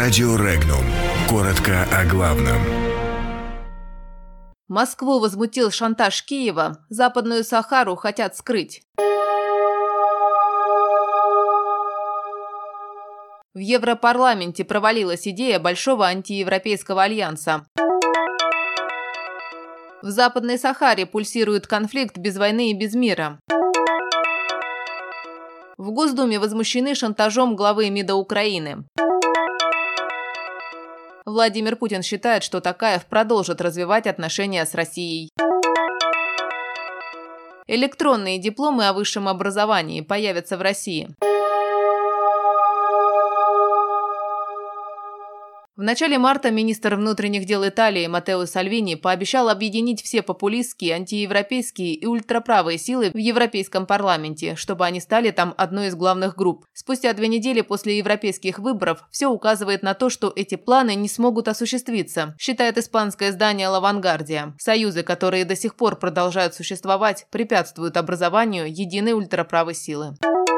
Радио Регнум. Коротко о главном. Москву возмутил шантаж Киева. Западную Сахару хотят скрыть. В Европарламенте провалилась идея большого антиевропейского альянса. В Западной Сахаре пульсирует конфликт без войны и без мира. В Госдуме возмущены шантажом главы МИДа Украины. Владимир Путин считает, что Токаев продолжит развивать отношения с Россией. Электронные дипломы о высшем образовании появятся в России. В начале марта министр внутренних дел Италии Маттео Сальвини пообещал объединить все популистские, антиевропейские и ультраправые силы в Европейском парламенте, чтобы они стали там одной из главных групп. Спустя 2 недели после европейских выборов все указывает на то, что эти планы не смогут осуществиться, считает испанское издание «Ла Вангардия». Союзы, которые до сих пор продолжают существовать, препятствуют образованию единой ультраправой силы.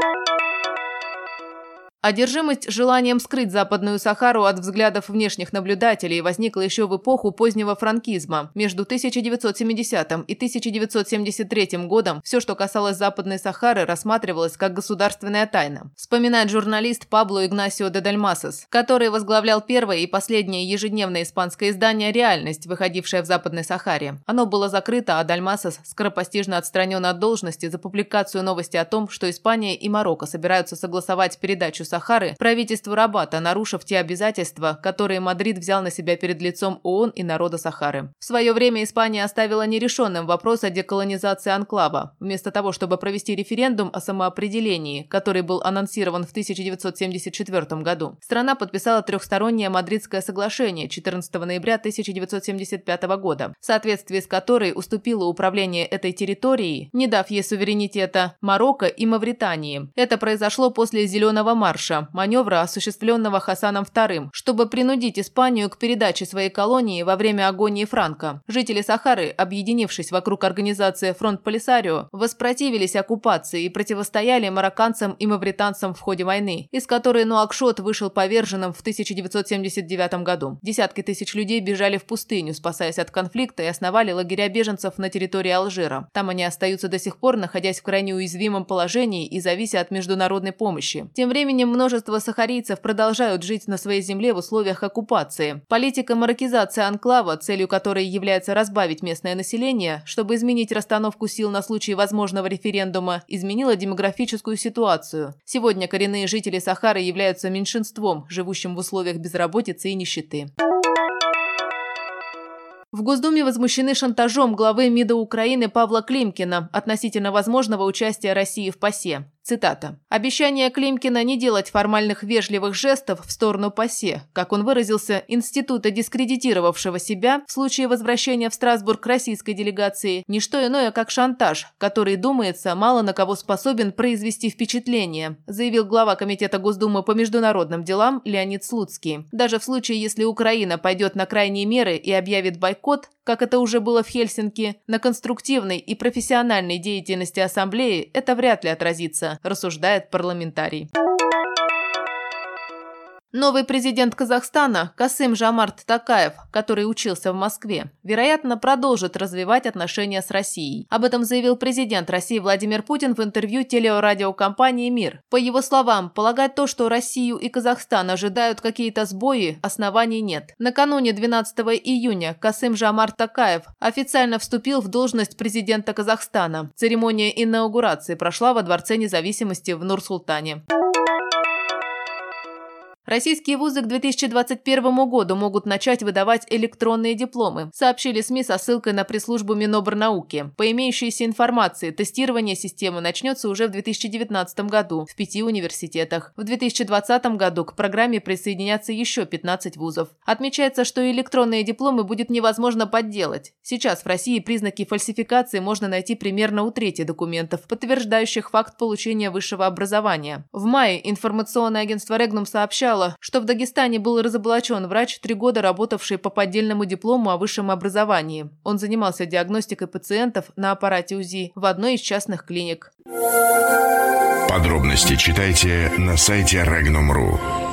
Одержимость желанием скрыть Западную Сахару от взглядов внешних наблюдателей возникла еще в эпоху позднего франкизма. Между 1970 и 1973 годом все, что касалось Западной Сахары, рассматривалось как государственная тайна, вспоминает журналист Пабло Игнасио де Дальмасос, который возглавлял первое и последнее ежедневное испанское издание «Реальность», выходившее в Западной Сахаре. Оно было закрыто, а Дальмасос скоропостижно отстранен от должности за публикацию новости о том, что Испания и Марокко собираются согласовать передачу Сахары правительству Рабата, нарушив те обязательства, которые Мадрид взял на себя перед лицом ООН и народа Сахары. В свое время Испания оставила нерешенным вопрос о деколонизации анклава. Вместо того, чтобы провести референдум о самоопределении, который был анонсирован в 1974 году, страна подписала трехстороннее Мадридское соглашение 14 ноября 1975 года, в соответствии с которой уступила управление этой территорией, не дав ей суверенитета, Марокко и Мавритании. Это произошло после Зеленого марша, маневра, осуществленного Хасаном II, чтобы принудить Испанию к передаче своей колонии во время агонии Франко. Жители Сахары, объединившись вокруг организации Фронт Полисарио, воспротивились оккупации и противостояли марокканцам и мавританцам в ходе войны, из которой Нуакшот вышел поверженным в 1979 году. Десятки тысяч людей бежали в пустыню, спасаясь от конфликта, и основали лагеря беженцев на территории Алжира. Там они остаются до сих пор, находясь в крайне уязвимом положении и завися от международной помощи. Тем временем множество сахарийцев продолжают жить на своей земле в условиях оккупации. Политика мароккизации анклава, целью которой является разбавить местное население, чтобы изменить расстановку сил на случай возможного референдума, изменила демографическую ситуацию. Сегодня коренные жители Сахары являются меньшинством, живущим в условиях безработицы и нищеты. В Госдуме возмущены шантажом главы МИДа Украины Павла Климкина относительно возможного участия России в ПАСЕ. Цитата. «Обещание Климкина не делать формальных вежливых жестов в сторону ПАСЕ, как он выразился, института, дискредитировавшего себя в случае возвращения в Страсбург российской делегации, не что иное, как шантаж, который, думается, мало на кого способен произвести впечатление», заявил глава Комитета Госдумы по международным делам Леонид Слуцкий. Даже в случае, если Украина пойдет на крайние меры и объявит бойкот, как это уже было в Хельсинки, на конструктивной и профессиональной деятельности Ассамблеи это вряд ли отразится, рассуждает парламентарий. Новый президент Казахстана Касым-Жомарт Токаев, который учился в Москве, вероятно, продолжит развивать отношения с Россией. Об этом заявил президент России Владимир Путин в интервью телерадиокомпании «Мир». По его словам, полагать то, что Россию и Казахстан ожидают какие-то сбои, оснований нет. Накануне 12 июня Касым-Жомарт Токаев официально вступил в должность президента Казахстана. Церемония инаугурации прошла во Дворце независимости в Нур-Султане. Российские вузы к 2021 году могут начать выдавать электронные дипломы, сообщили СМИ со ссылкой на пресс-службу Минобрнауки. По имеющейся информации, тестирование системы начнется уже в 2019 году в 5 университетах. В 2020 году к программе присоединятся еще 15 вузов. Отмечается, что электронные дипломы будет невозможно подделать. Сейчас в России признаки фальсификации можно найти примерно у трети документов, подтверждающих факт получения высшего образования. В мае информационное агентство Регнум сообщало, что в Дагестане был разоблачен врач, 3 года работавший по поддельному диплому о высшем образовании. Он занимался диагностикой пациентов на аппарате УЗИ в одной из частных клиник. Подробности читайте на сайте Regnum.ru.